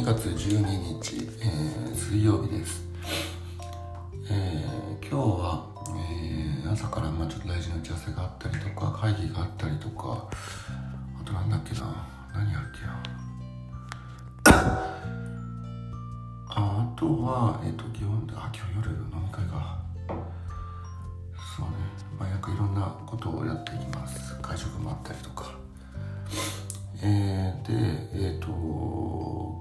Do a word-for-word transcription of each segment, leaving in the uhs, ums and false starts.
がつじゅうににち、えー、水曜日です。えー、今日は、えー、朝からまあちょっと大事な打ち合わせがあったりとか、会議があったりとか、あとなんだっけな、何やるっけな。あ, あとは、えっ、ー、と、基本で、あ、今日夜飲み会が、そうね、まあ、約いろんなことをやっていきます。会食もあったりとか。えー、で、えっ、ー、と、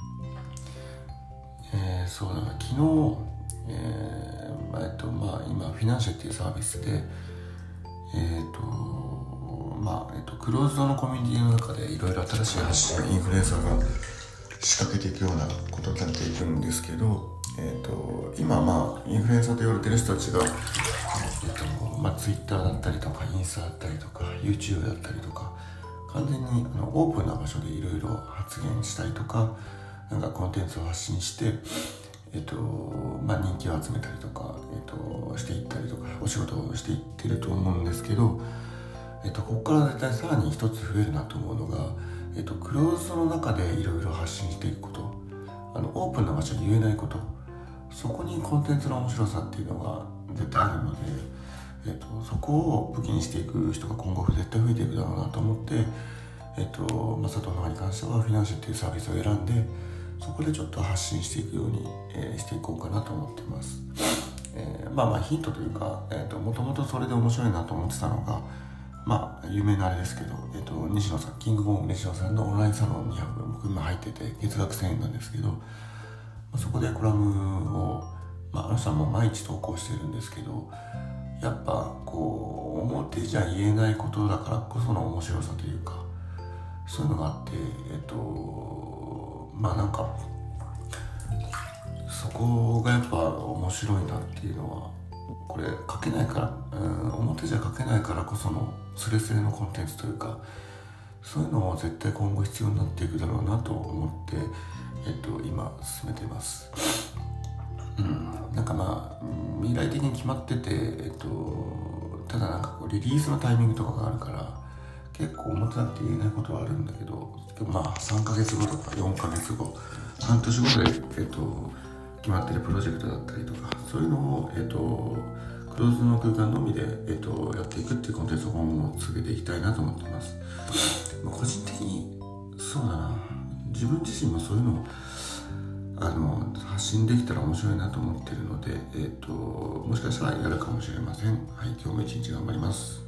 えー、そうだな、昨日、えーまあえっとまあ、今フィナンシェっていうサービスで、えっ、ー、とまあえっ、ー、とクローズドのコミュニティの中でいろいろ新しい発信インフルエンサーが仕掛けていくようなことをやっていくんですけど、えー、と今まあインフルエンサーと言われてる人たちが、えーとまあ、Twitter だったりとかインスタだったりとか YouTube だったりとか完全にあのオープンな場所でいろいろ発言したりとかなんかコンテンツを発信して、えっとまあ、人気を集めたりとか、えっと、していったりとかお仕事をしていってると思うんですけど、えっと、ここから絶対さらに一つ増えるなと思うのが、えっと、クローズドの中でいろいろ発信していくこと、あのオープンな場所で言えないこと、そこにコンテンツの面白さっていうのが絶対あるので、えっと、そこを武器にしていく人が今後絶対増えていくだろうなと思って、えっとまあ、佐藤の方に関してはフィナンシェっていうサービスを選んでそこでちょっと発信していくように、えー、していこうかなと思っています。えー、まあまあヒントというか、えーと、もともとそれで面白いなと思ってたのが、まあ有名なあれですけど、えーと、西野さん、キングコング西野さんのオンラインサロンに僕今入ってて、月額せんえんなんですけど、まあ、そこでコラムを、まああの人はもう毎日投稿してるんですけど、やっぱこう、表じゃ言えないことだからこその面白さというか、そういうのがあって、えっと、まあなんか、そこがやっぱ面白いなっていうのは、これ書けないから、うん、表じゃ書けないからこそのスレスレのコンテンツというか、そういうのを絶対今後必要になっていくだろうなと思って、えっと、今進めています。うん、なんかまあ、未来的に決まってて、えっと、ただなんかこうリリースのタイミングとかがあるから、結構表だって言えないことはあるんだけど、まあさんかげつごとかよんかげつご、半年後で、えっと、決まってるプロジェクトだったりとか、そういうのを、えっと、クローズの空間のみで、えっと、やっていくっていうコンテンツを今後も続けていきたいなと思っています。まあ、個人的に、そうだな、自分自身もそういうのをあの発信できたら面白いなと思っているので、えっと、もしかしたらやるかもしれません。はい、今日も一日頑張ります。